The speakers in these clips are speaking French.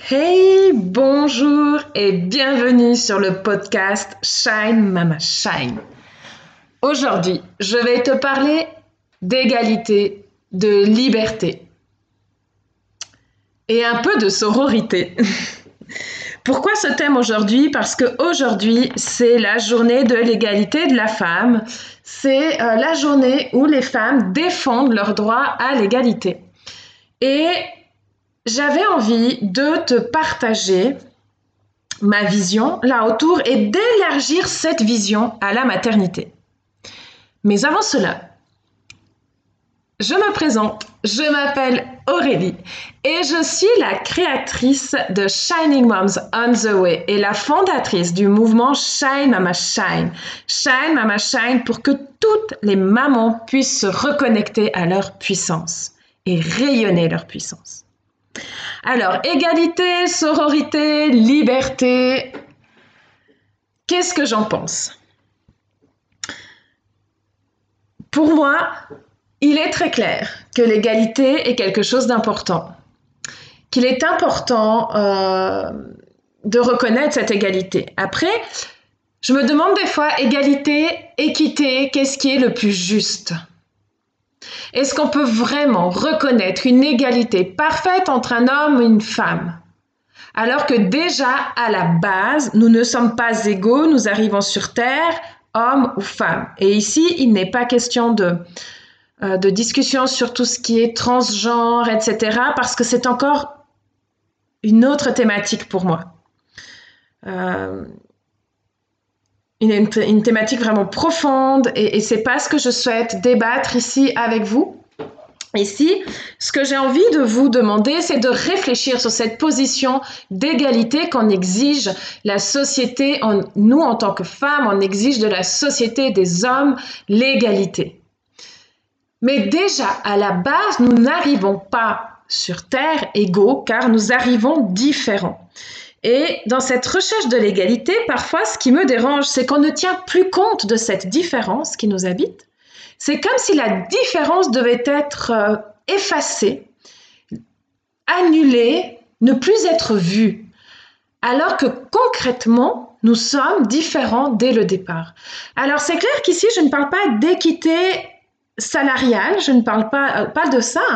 Hey, bonjour et bienvenue sur le podcast Shine Mama Shine. Aujourd'hui, je vais te parler d'égalité, de liberté et un peu de sororité. Pourquoi ce thème aujourd'hui? Parce qu'aujourd'hui, c'est la journée de l'égalité de la femme. C'est la journée où les femmes défendent leur droit à l'égalité. Et j'avais envie de te partager ma vision là autour et d'élargir cette vision à la maternité. Mais avant cela, je me présente, je m'appelle Aurélie et je suis la créatrice de Shining Moms on the Way et la fondatrice du mouvement Shine Mama Shine. Shine Mama Shine pour que toutes les mamans puissent se reconnecter à leur puissance et rayonner leur puissance. Alors, égalité, sororité, liberté, qu'est-ce que j'en pense? Pour moi, il est très clair que l'égalité est quelque chose d'important, qu'il est important de reconnaître cette égalité. Après, je me demande des fois, égalité, équité, qu'est-ce qui est le plus juste? Est-ce qu'on peut vraiment reconnaître une égalité parfaite entre un homme et une femme? Alors que déjà, à la base, nous ne sommes pas égaux, nous arrivons sur Terre, hommes ou femmes. Et ici, il n'est pas question de discussion sur tout ce qui est transgenre, etc., parce que c'est encore une autre thématique pour moi. Une thématique vraiment profonde et c'est pas ce que je souhaite débattre ici avec vous. Ici, ce que j'ai envie de vous demander, c'est de réfléchir sur cette position d'égalité qu'on exige la société, nous en tant que femmes, on exige de la société des hommes l'égalité. Mais déjà, à la base, nous n'arrivons pas sur Terre égaux car nous arrivons différents. Et dans cette recherche de l'égalité, parfois, ce qui me dérange, c'est qu'on ne tient plus compte de cette différence qui nous habite. C'est comme si la différence devait être effacée, annulée, ne plus être vue. Alors que concrètement, nous sommes différents dès le départ. Alors c'est clair qu'ici, je ne parle pas d'équité salariale, je ne parle pas de ça.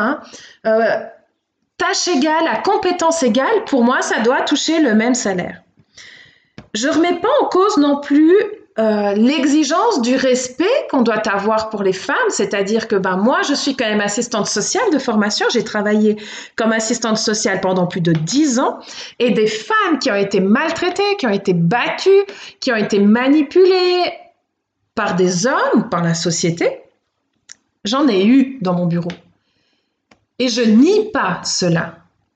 Tâche égale à compétence égale, pour moi, ça doit toucher le même salaire. Je ne remets pas en cause non plus l'exigence du respect qu'on doit avoir pour les femmes, c'est-à-dire que moi, je suis quand même assistante sociale de formation, j'ai travaillé comme assistante sociale pendant plus de 10 ans, et des femmes qui ont été maltraitées, qui ont été battues, qui ont été manipulées par des hommes, par la société, j'en ai eu dans mon bureau. Et je nie pas cela.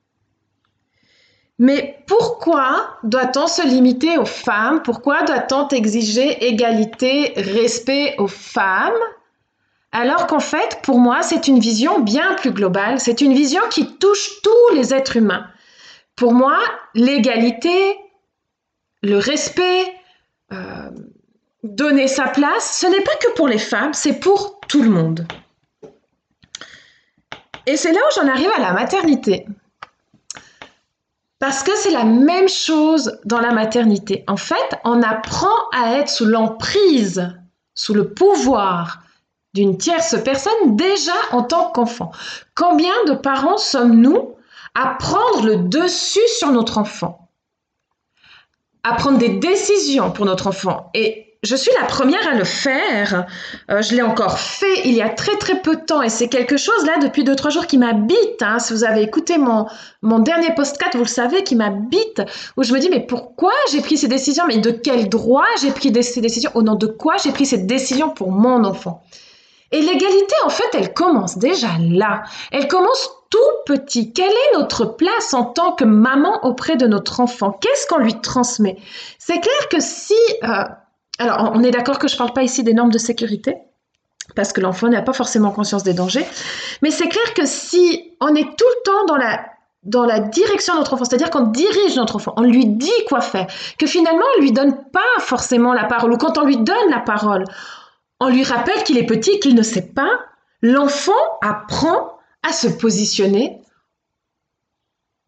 Mais pourquoi doit-on se limiter aux femmes? Pourquoi doit-on exiger égalité, respect aux femmes? Alors qu'en fait, pour moi, c'est une vision bien plus globale. C'est une vision qui touche tous les êtres humains. Pour moi, l'égalité, le respect, donner sa place, ce n'est pas que pour les femmes, c'est pour tout le monde. Et c'est là où j'en arrive à la maternité. Parce que c'est la même chose dans la maternité. En fait, on apprend à être sous l'emprise, sous le pouvoir d'une tierce personne déjà en tant qu'enfant. Combien de parents sommes-nous à prendre le dessus sur notre enfant, à prendre des décisions pour notre enfant? Et je suis la première à le faire. Je l'ai encore fait il y a très très peu de temps et c'est quelque chose là depuis 2-3 jours qui m'habite. Si vous avez écouté mon dernier podcast, vous le savez, qui m'habite, où je me dis mais pourquoi j'ai pris ces décisions? Mais de quel droit j'ai pris ces décisions? Au nom de quoi j'ai pris cette décision pour mon enfant? Et l'égalité, en fait, elle commence déjà là. Elle commence tout petit. Quelle est notre place en tant que maman auprès de notre enfant? Qu'est-ce qu'on lui transmet? C'est clair que si... alors, on est d'accord que je ne parle pas ici des normes de sécurité, parce que l'enfant n'a pas forcément conscience des dangers, mais c'est clair que si on est tout le temps dans la direction de notre enfant, c'est-à-dire qu'on dirige notre enfant, on lui dit quoi faire, que finalement on ne lui donne pas forcément la parole, ou quand on lui donne la parole, on lui rappelle qu'il est petit et qu'il ne sait pas, l'enfant apprend à se positionner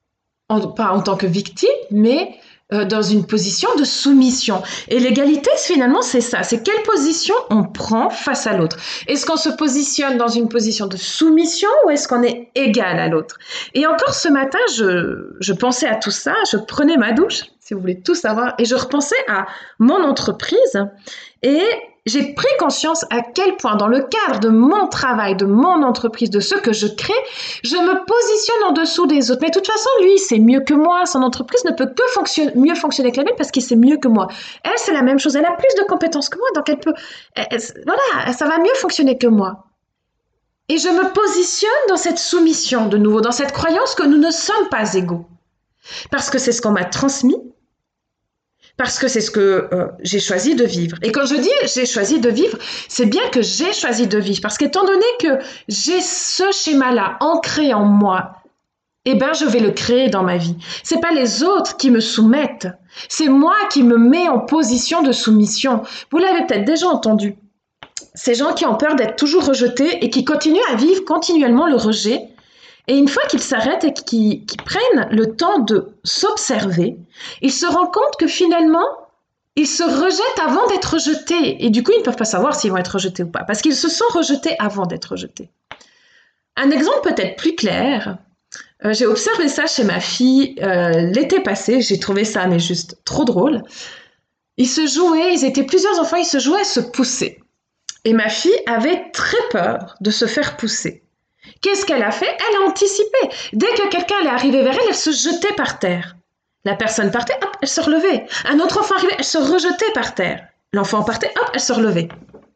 pas en tant que victime, mais dans une position de soumission. Et l'égalité, finalement, c'est ça. C'est quelle position on prend face à l'autre. Est-ce qu'on se positionne dans une position de soumission ou est-ce qu'on est égal à l'autre? Et encore ce matin, je pensais à tout ça, je prenais ma douche, si vous voulez tout savoir, et je repensais à mon entreprise et j'ai pris conscience à quel point, dans le cadre de mon travail, de mon entreprise, de ce que je crée, je me positionne en dessous des autres. Mais de toute façon, lui, c'est mieux que moi. Son entreprise ne peut que mieux fonctionner que la mienne parce qu'il sait mieux que moi. Elle, c'est la même chose. Elle a plus de compétences que moi, donc voilà, ça va mieux fonctionner que moi. Et je me positionne dans cette soumission, de nouveau, dans cette croyance que nous ne sommes pas égaux. Parce que c'est ce qu'on m'a transmis, parce que c'est ce que j'ai choisi de vivre. Et quand je dis j'ai choisi de vivre, c'est bien que j'ai choisi de vivre, parce qu'étant donné que j'ai ce schéma-là ancré en moi, eh ben je vais le créer dans ma vie. C'est pas les autres qui me soumettent, c'est moi qui me mets en position de soumission. Vous l'avez peut-être déjà entendu. Ces gens qui ont peur d'être toujours rejetés et qui continuent à vivre continuellement le rejet. Et une fois qu'ils s'arrêtent et qu'ils prennent le temps de s'observer, ils se rendent compte que finalement, ils se rejettent avant d'être rejetés. Et du coup, ils ne peuvent pas savoir s'ils vont être rejetés ou pas, parce qu'ils se sont rejetés avant d'être rejetés. Un exemple peut-être plus clair, j'ai observé ça chez ma fille l'été passé, j'ai trouvé ça mais juste trop drôle. Ils étaient plusieurs enfants, ils se jouaient à se pousser. Et ma fille avait très peur de se faire pousser. Qu'est-ce qu'elle a fait? Elle a anticipé. Dès que quelqu'un allait arriver vers elle, elle se jetait par terre. La personne partait, hop, elle se relevait. Un autre enfant arrivait, elle se rejetait par terre. L'enfant partait, hop, elle se relevait.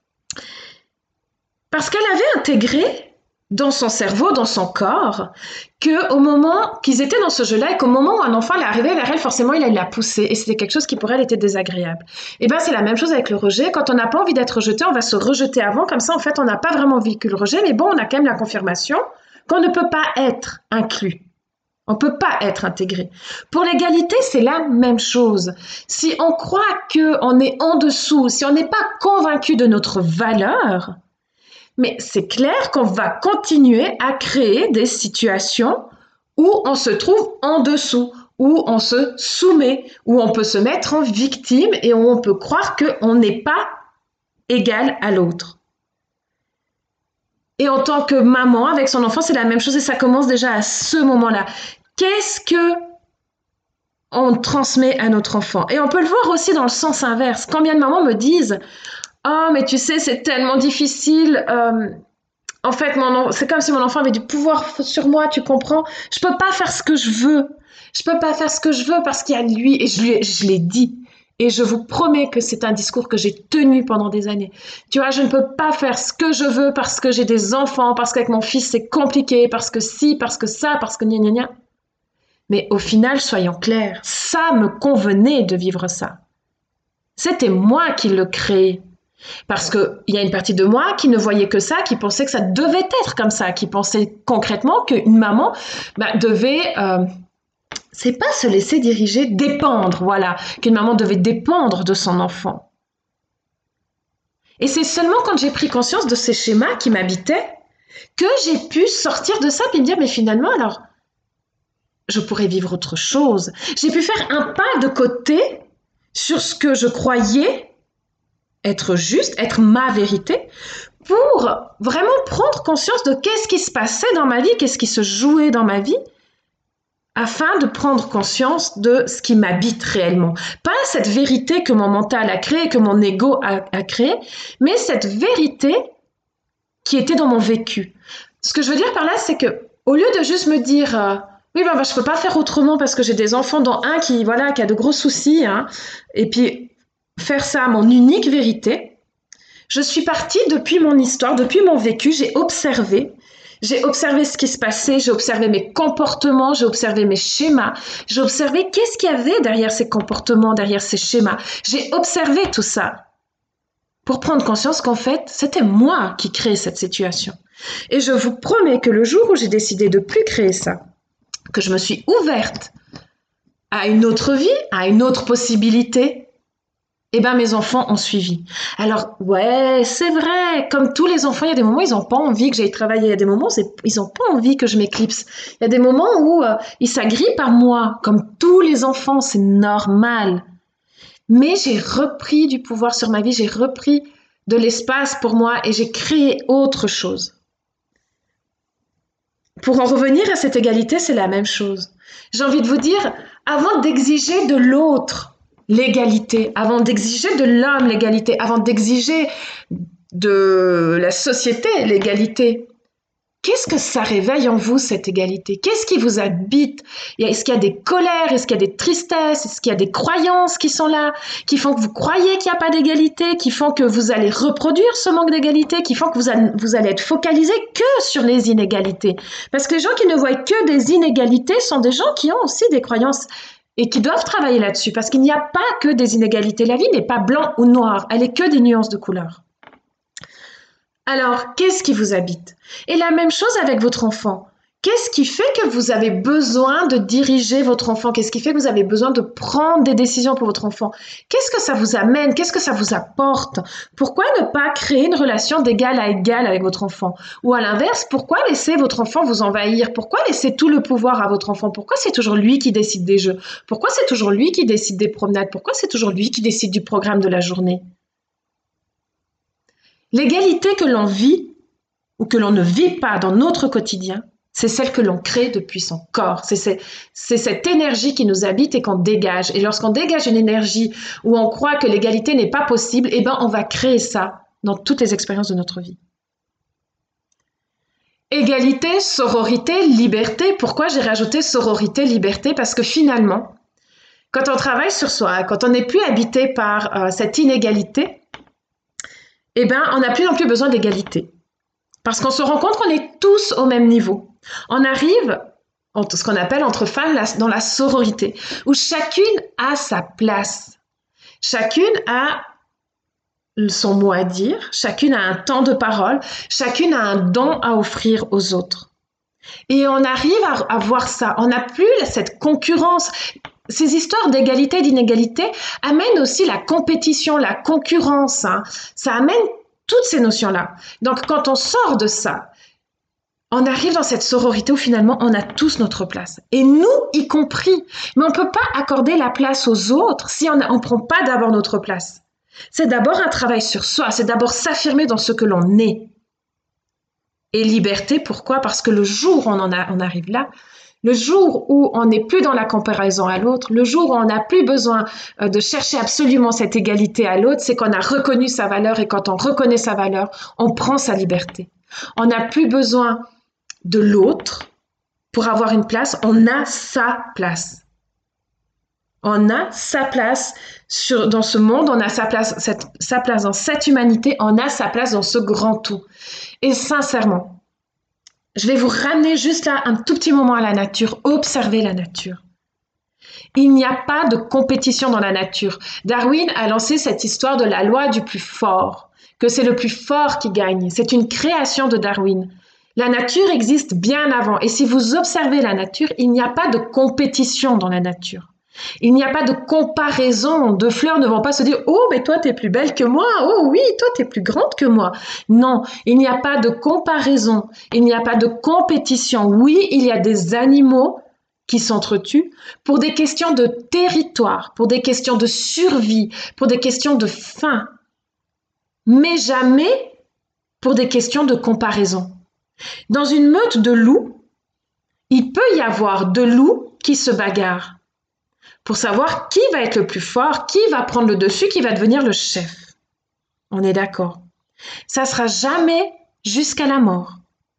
Parce qu'elle avait intégré dans son cerveau, dans son corps, qu'au moment qu'ils étaient dans ce jeu-là et qu'au moment où un enfant allait arriver vers elle, forcément, il allait la pousser et c'était quelque chose qui pour elle était désagréable. Et bien, c'est la même chose avec le rejet. Quand on n'a pas envie d'être rejeté, on va se rejeter avant. Comme ça, en fait, on n'a pas vraiment vécu le rejet, mais bon, on a quand même la confirmation qu'on ne peut pas être inclus. On ne peut pas être intégré. Pour l'égalité, c'est la même chose. Si on croit qu'on est en dessous, si on n'est pas convaincu de notre valeur, mais c'est clair qu'on va continuer à créer des situations où on se trouve en dessous, où on se soumet, où on peut se mettre en victime et où on peut croire qu'on n'est pas égal à l'autre. Et en tant que maman avec son enfant, c'est la même chose et ça commence déjà à ce moment-là. Qu'est-ce que on transmet à notre enfant? Et on peut le voir aussi dans le sens inverse. Combien de mamans me disent « Oh, mais tu sais, c'est tellement difficile. En fait, c'est comme si mon enfant avait du pouvoir sur moi, tu comprends? Je peux pas faire ce que je veux. Je peux pas faire ce que je veux parce qu'il y a lui. » Et je l'ai dit. Et je vous promets que c'est un discours que j'ai tenu pendant des années. Tu vois, je ne peux pas faire ce que je veux parce que j'ai des enfants, parce qu'avec mon fils c'est compliqué, parce que si, parce que ça, parce que gna gna gna. Mais au final, soyons clairs, ça me convenait de vivre ça. C'était moi qui le créais. Parce qu'il y a une partie de moi qui ne voyait que ça, qui pensait que ça devait être comme ça, qui pensait concrètement qu'une maman devait, c'est pas se laisser diriger, dépendre, voilà, qu'une maman devait dépendre de son enfant. Et c'est seulement quand j'ai pris conscience de ces schémas qui m'habitaient que j'ai pu sortir de ça et me dire, mais finalement, alors, je pourrais vivre autre chose. J'ai pu faire un pas de côté sur ce que je croyais être juste, être ma vérité, pour vraiment prendre conscience de qu'est-ce qui se passait dans ma vie, qu'est-ce qui se jouait dans ma vie, afin de prendre conscience de ce qui m'habite réellement. Pas cette vérité que mon mental a créée, que mon ego a créée, mais cette vérité qui était dans mon vécu. Ce que je veux dire par là, c'est que au lieu de juste me dire oui, je peux pas faire autrement parce que j'ai des enfants, dont un qui a de gros soucis, hein, et puis faire ça mon unique vérité, je suis partie depuis mon histoire, depuis mon vécu, j'ai observé ce qui se passait, j'ai observé mes comportements, j'ai observé mes schémas, j'ai observé qu'est-ce qu'il y avait derrière ces comportements, derrière ces schémas. J'ai observé tout ça pour prendre conscience qu'en fait, c'était moi qui créais cette situation. Et je vous promets que le jour où j'ai décidé de plus créer ça, que je me suis ouverte à une autre vie, à une autre possibilité, Eh ben, mes enfants ont suivi. Alors, ouais, c'est vrai, comme tous les enfants, il y a des moments, ils n'ont pas envie que j'aille travailler. Il y a des moments, ils n'ont pas envie que je m'éclipse. Il y a des moments où ils s'agrippent à moi, comme tous les enfants, c'est normal. Mais j'ai repris du pouvoir sur ma vie, j'ai repris de l'espace pour moi et j'ai créé autre chose. Pour en revenir à cette égalité, c'est la même chose. J'ai envie de vous dire, avant d'exiger de l'autre l'égalité, avant d'exiger de l'homme l'égalité, avant d'exiger de la société l'égalité, qu'est-ce que ça réveille en vous, cette égalité? Qu'est-ce qui vous habite? Est-ce qu'il y a des colères? Est-ce qu'il y a des tristesses? Est-ce qu'il y a des croyances qui sont là, qui font que vous croyez qu'il n'y a pas d'égalité, qui font que vous allez reproduire ce manque d'égalité, qui font que vous allez être focalisé que sur les inégalités? Parce que les gens qui ne voient que des inégalités sont des gens qui ont aussi des croyances et qui doivent travailler là-dessus, parce qu'il n'y a pas que des inégalités. La vie n'est pas blanc ou noir, elle est que des nuances de couleurs. Alors, qu'est-ce qui vous habite? Et la même chose avec votre enfant. Qu'est-ce qui fait que vous avez besoin de diriger votre enfant? Qu'est-ce qui fait que vous avez besoin de prendre des décisions pour votre enfant? Qu'est-ce que ça vous amène? Qu'est-ce que ça vous apporte? Pourquoi ne pas créer une relation d'égal à égal avec votre enfant? Ou à l'inverse, pourquoi laisser votre enfant vous envahir? Pourquoi laisser tout le pouvoir à votre enfant? Pourquoi c'est toujours lui qui décide des jeux? Pourquoi c'est toujours lui qui décide des promenades? Pourquoi c'est toujours lui qui décide du programme de la journée? L'égalité que l'on vit ou que l'on ne vit pas dans notre quotidien, c'est celle que l'on crée depuis son corps. C'est cette énergie qui nous habite et qu'on dégage. Et lorsqu'on dégage une énergie où on croit que l'égalité n'est pas possible, eh ben on va créer ça dans toutes les expériences de notre vie. Égalité, sororité, liberté. Pourquoi j'ai rajouté sororité, liberté? Parce que finalement, quand on travaille sur soi, quand on n'est plus habité par cette inégalité, eh ben, on n'a plus non plus besoin d'égalité. Parce qu'on se rend compte qu'on est tous au même niveau. On arrive, ce qu'on appelle entre femmes, dans la sororité, où chacune a sa place. Chacune a son mot à dire, chacune a un temps de parole, chacune a un don à offrir aux autres. Et on arrive à voir ça. On n'a plus cette concurrence. Ces histoires d'égalité, d'inégalité amènent aussi la compétition, la concurrence. Hein. Ça amène toutes ces notions-là. Donc, quand on sort de ça, on arrive dans cette sororité où finalement on a tous notre place. Et nous, y compris. Mais on ne peut pas accorder la place aux autres si on ne prend pas d'abord notre place. C'est d'abord un travail sur soi, c'est d'abord s'affirmer dans ce que l'on est. Et liberté, pourquoi? Parce que le jour où on arrive là, le jour où on n'est plus dans la comparaison à l'autre, le jour où on n'a plus besoin de chercher absolument cette égalité à l'autre, c'est qu'on a reconnu sa valeur et quand on reconnaît sa valeur, on prend sa liberté. On n'a plus besoin de l'autre pour avoir une place, on a sa place. On a sa place dans ce monde, on a sa place dans cette humanité, on a sa place dans ce grand tout. Et sincèrement, je vais vous ramener juste là un tout petit moment à la nature. Observez la nature. Il n'y a pas de compétition dans la nature. Darwin a lancé cette histoire de la loi du plus fort, que c'est le plus fort qui gagne. C'est une création de Darwin. La nature existe bien avant. Et si vous observez la nature, il n'y a pas de compétition dans la nature. Il n'y a pas de comparaison. Deux fleurs ne vont pas se dire « Oh, mais toi, t'es plus belle que moi. Oh oui, toi, t'es plus grande que moi. » Non, il n'y a pas de comparaison. Il n'y a pas de compétition. Oui, il y a des animaux qui s'entretuent pour des questions de territoire, pour des questions de survie, pour des questions de faim, mais jamais pour des questions de comparaison. Dans une meute de loups, il peut y avoir deux loups qui se bagarrent pour savoir qui va être le plus fort, qui va prendre le dessus, qui va devenir le chef. On est d'accord. Ça sera jamais jusqu'à la mort.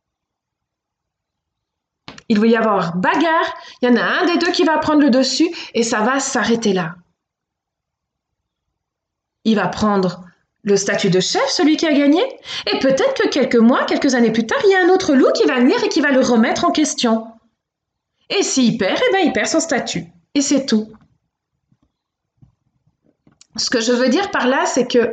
Il va y avoir bagarre, il y en a un des deux qui va prendre le dessus et ça va s'arrêter là. Il va prendre le statut de chef, celui qui a gagné, et peut-être que quelques mois, quelques années plus tard, il y a un autre loup qui va venir et qui va le remettre en question. Et s'il perd, eh ben, il perd son statut. Et c'est tout. Ce que je veux dire par là, c'est que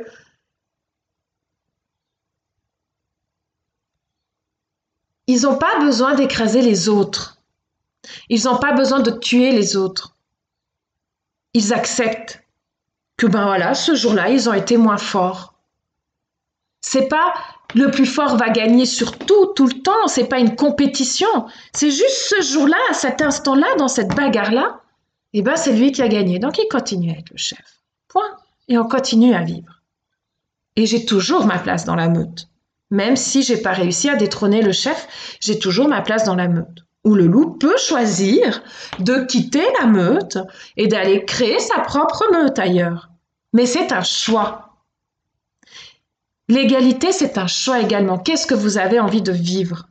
ils n'ont pas besoin d'écraser les autres. Ils n'ont pas besoin de tuer les autres. Ils acceptent. que ben voilà, ce jour-là, ils ont été moins forts. C'est pas le plus fort va gagner sur tout le temps, c'est pas une compétition. C'est juste ce jour-là, à cet instant-là, dans cette bagarre-là, et ben c'est lui qui a gagné. Donc il continue à être le chef. Point. Et on continue à vivre. Et j'ai toujours ma place dans la meute. Même si j'ai pas réussi à détrôner le chef, j'ai toujours ma place dans la meute. Où le loup peut choisir de quitter la meute et d'aller créer sa propre meute ailleurs. Mais c'est un choix. L'égalité, c'est un choix également. Qu'est-ce que vous avez envie de vivre?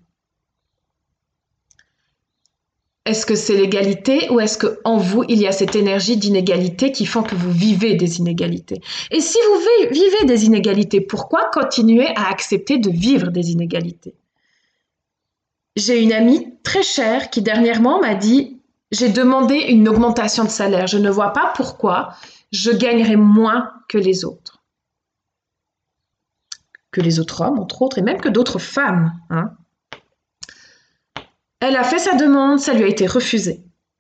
Est-ce que c'est l'égalité ou est-ce qu'en vous, il y a cette énergie d'inégalité qui font que vous vivez des inégalités? Et si vous vivez des inégalités, pourquoi continuer à accepter de vivre des inégalités? J'ai une amie très chère qui dernièrement m'a dit « J'ai demandé une augmentation de salaire. Je ne vois pas pourquoi je gagnerais moins que les autres. » Que les autres hommes, entre autres, et même que d'autres femmes. Hein. Elle a fait sa demande, ça lui a été refusé.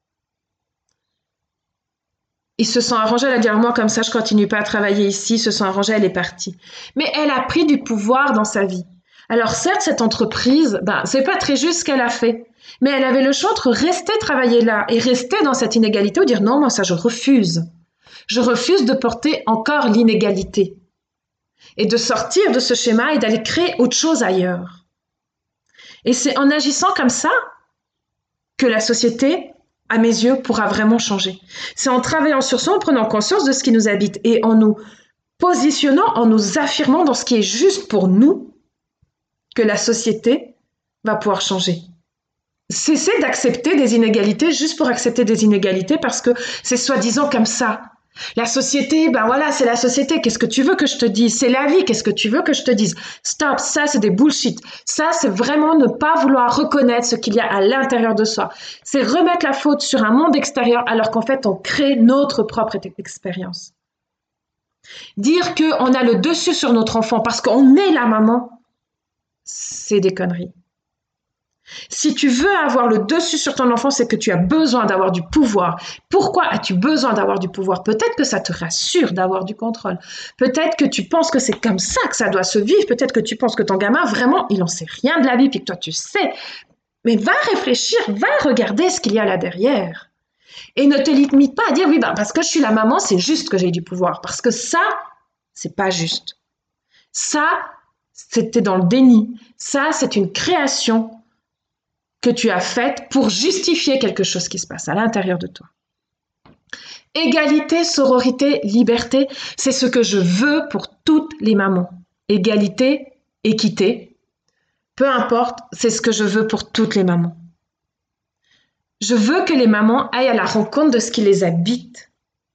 Ils se sont arrangés, elle a dit « moi comme ça je continue pas à travailler ici », ils se sont arrangés, elle est partie. Mais elle a pris du pouvoir dans sa vie. Alors certes, cette entreprise, c'est pas très juste ce qu'elle a fait, mais elle avait le choix entre rester travailler là et rester dans cette inégalité ou dire « non, moi ça je refuse. Je refuse de porter encore l'inégalité. » Et de sortir de ce schéma et d'aller créer autre chose ailleurs. Et c'est en agissant comme ça que la société, à mes yeux, pourra vraiment changer. C'est en travaillant sur soi, en prenant conscience de ce qui nous habite et en nous positionnant, en nous affirmant dans ce qui est juste pour nous, que la société va pouvoir changer. Cessez d'accepter des inégalités juste pour accepter des inégalités parce que c'est soi-disant comme ça. La société, voilà, c'est la société. Qu'est-ce que tu veux que je te dise? C'est la vie. Qu'est-ce que tu veux que je te dise? Stop, ça c'est des bullshit. Ça c'est vraiment ne pas vouloir reconnaître ce qu'il y a à l'intérieur de soi. C'est remettre la faute sur un monde extérieur alors qu'en fait on crée notre propre expérience. Dire qu'on a le dessus sur notre enfant parce qu'on est la maman, c'est des conneries. Si tu veux avoir le dessus sur ton enfant, c'est que tu as besoin d'avoir du pouvoir. Pourquoi as-tu besoin d'avoir du pouvoir? Peut-être que ça te rassure d'avoir du contrôle. Peut-être que tu penses que c'est comme ça que ça doit se vivre. Peut-être que tu penses que ton gamin, vraiment, il n'en sait rien de la vie, puis que toi, tu sais. Mais va réfléchir, va regarder ce qu'il y a là derrière. Et ne te limite pas à dire, oui, parce que je suis la maman, c'est juste que j'ai du pouvoir. Parce que ça, c'est pas juste. Ça, c'était dans le déni. Ça, c'est une création que tu as faite pour justifier quelque chose qui se passe à l'intérieur de toi. Égalité, sororité, liberté, c'est ce que je veux pour toutes les mamans. Égalité, équité, peu importe, c'est ce que je veux pour toutes les mamans. Je veux que les mamans aillent à la rencontre de ce qui les habite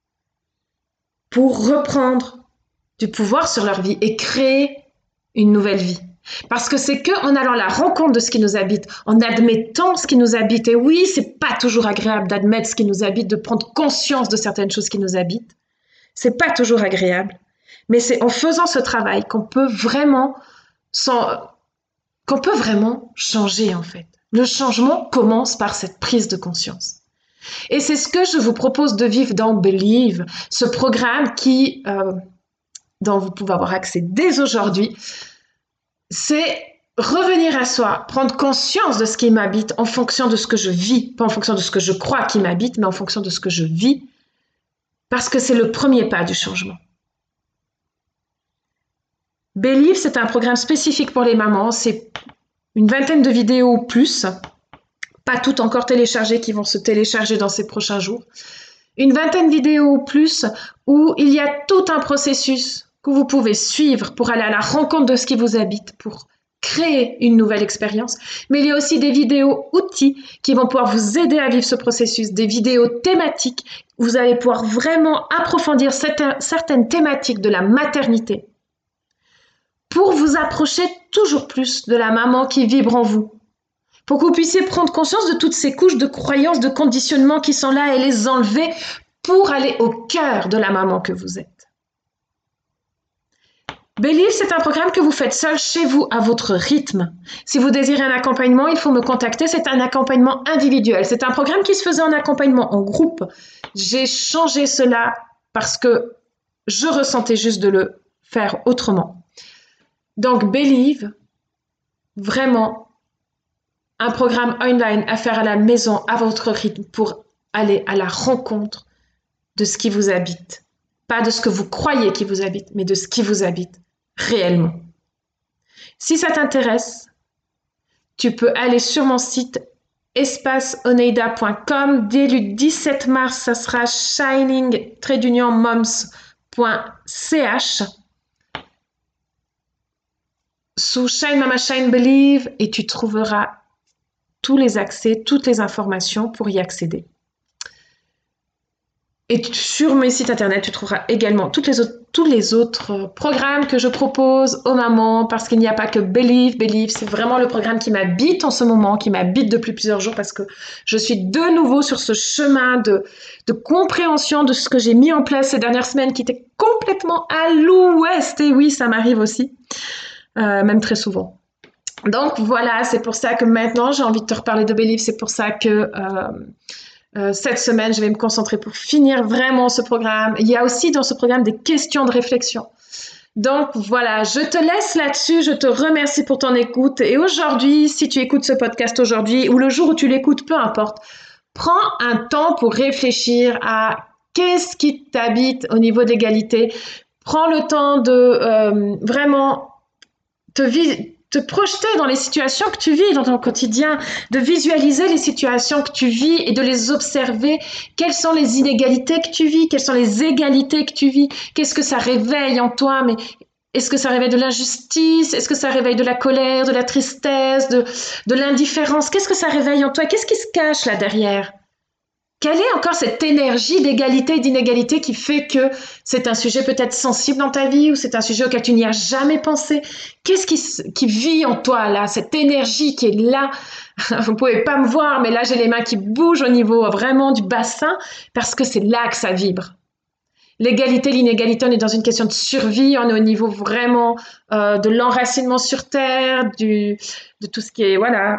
pour reprendre du pouvoir sur leur vie et créer une nouvelle vie. Parce que c'est qu'en allant à la rencontre de ce qui nous habite, en admettant ce qui nous habite, et oui, c'est pas toujours agréable d'admettre ce qui nous habite, de prendre conscience de certaines choses qui nous habitent, c'est pas toujours agréable, mais c'est en faisant ce travail qu'on peut vraiment changer en fait. Le changement commence par cette prise de conscience. Et c'est ce que je vous propose de vivre dans Believe, ce programme dont vous pouvez avoir accès dès aujourd'hui. C'est revenir à soi, prendre conscience de ce qui m'habite en fonction de ce que je vis, pas en fonction de ce que je crois qui m'habite, mais en fonction de ce que je vis, parce que c'est le premier pas du changement. Believe, c'est un programme spécifique pour les mamans, c'est une vingtaine de vidéos ou plus, pas toutes encore téléchargées qui vont se télécharger dans ces prochains jours, une vingtaine de vidéos ou plus où il y a tout un processus que vous pouvez suivre pour aller à la rencontre de ce qui vous habite, pour créer une nouvelle expérience. Mais il y a aussi des vidéos outils qui vont pouvoir vous aider à vivre ce processus, des vidéos thématiques où vous allez pouvoir vraiment approfondir certaines thématiques de la maternité pour vous approcher toujours plus de la maman qui vibre en vous, pour que vous puissiez prendre conscience de toutes ces couches de croyances, de conditionnements qui sont là et les enlever pour aller au cœur de la maman que vous êtes. Believe, c'est un programme que vous faites seul chez vous, à votre rythme. Si vous désirez un accompagnement, il faut me contacter. C'est un accompagnement individuel. C'est un programme qui se faisait en accompagnement en groupe. J'ai changé cela parce que je ressentais juste de le faire autrement. Donc, Believe, vraiment, un programme online à faire à la maison, à votre rythme, pour aller à la rencontre de ce qui vous habite. Pas de ce que vous croyez qui vous habite, mais de ce qui vous habite réellement. Si ça t'intéresse, tu peux aller sur mon site espaceoneida.com. Dès le 17 mars, ça sera shining-moms.ch sous Shine Mama Shine Believe et tu trouveras tous les accès, toutes les informations pour y accéder. Et sur mes sites internet, tu trouveras également tous les autres programmes que je propose aux mamans, parce qu'il n'y a pas que Believe. Believe, c'est vraiment le programme qui m'habite en ce moment, qui m'habite depuis plusieurs jours, parce que je suis de nouveau sur ce chemin de compréhension de ce que j'ai mis en place ces dernières semaines, qui était complètement à l'ouest. Et oui, ça m'arrive aussi, même très souvent. Donc voilà, c'est pour ça que maintenant, j'ai envie de te reparler de Believe. C'est pour ça que... cette semaine, je vais me concentrer pour finir vraiment ce programme. Il y a aussi dans ce programme des questions de réflexion. Donc voilà, je te laisse là-dessus. Je te remercie pour ton écoute. Et aujourd'hui, si tu écoutes ce podcast aujourd'hui ou le jour où tu l'écoutes, peu importe, prends un temps pour réfléchir à qu'est-ce qui t'habite au niveau de l'égalité. Prends le temps de vraiment te projeter dans les situations que tu vis dans ton quotidien, de visualiser les situations que tu vis et de les observer. Quelles sont les inégalités que tu vis? Quelles sont les égalités que tu vis? Qu'est-ce que ça réveille en toi? Mais est-ce que ça réveille de l'injustice? Est-ce que ça réveille de la colère, de la tristesse, de l'indifférence? Qu'est-ce que ça réveille en toi? Qu'est-ce qui se cache là derrière? Quelle est encore cette énergie d'égalité et d'inégalité qui fait que c'est un sujet peut-être sensible dans ta vie ou c'est un sujet auquel tu n'y as jamais pensé? Qu'est-ce qui vit en toi là, cette énergie qui est là? Vous pouvez pas me voir, mais là j'ai les mains qui bougent au niveau vraiment du bassin parce que c'est là que ça vibre. L'égalité, l'inégalité, on est dans une question de survie, on est au niveau vraiment de l'enracinement sur terre, de tout ce qui est voilà.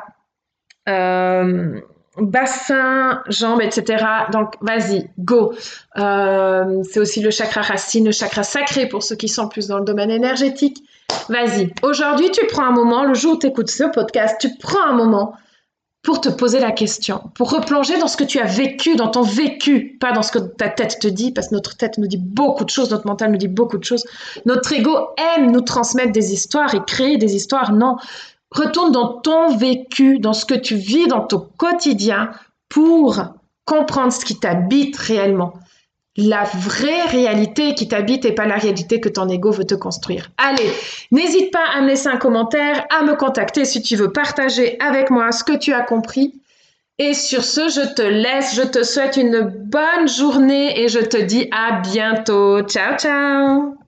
Bassin, jambes, etc. Donc, vas-y, go. C'est aussi le chakra racine, le chakra sacré pour ceux qui sont plus dans le domaine énergétique. Vas-y. Aujourd'hui, tu prends un moment, le jour où tu écoutes ce podcast, tu prends un moment pour te poser la question, pour replonger dans ce que tu as vécu, dans ton vécu, pas dans ce que ta tête te dit, parce que notre tête nous dit beaucoup de choses, notre mental nous dit beaucoup de choses. Notre ego aime nous transmettre des histoires et créer des histoires. Non. Retourne dans ton vécu, dans ce que tu vis dans ton quotidien pour comprendre ce qui t'habite réellement. La vraie réalité qui t'habite et pas la réalité que ton ego veut te construire. Allez, n'hésite pas à me laisser un commentaire, à me contacter si tu veux partager avec moi ce que tu as compris. Et sur ce, je te laisse, je te souhaite une bonne journée et je te dis à bientôt. Ciao, ciao!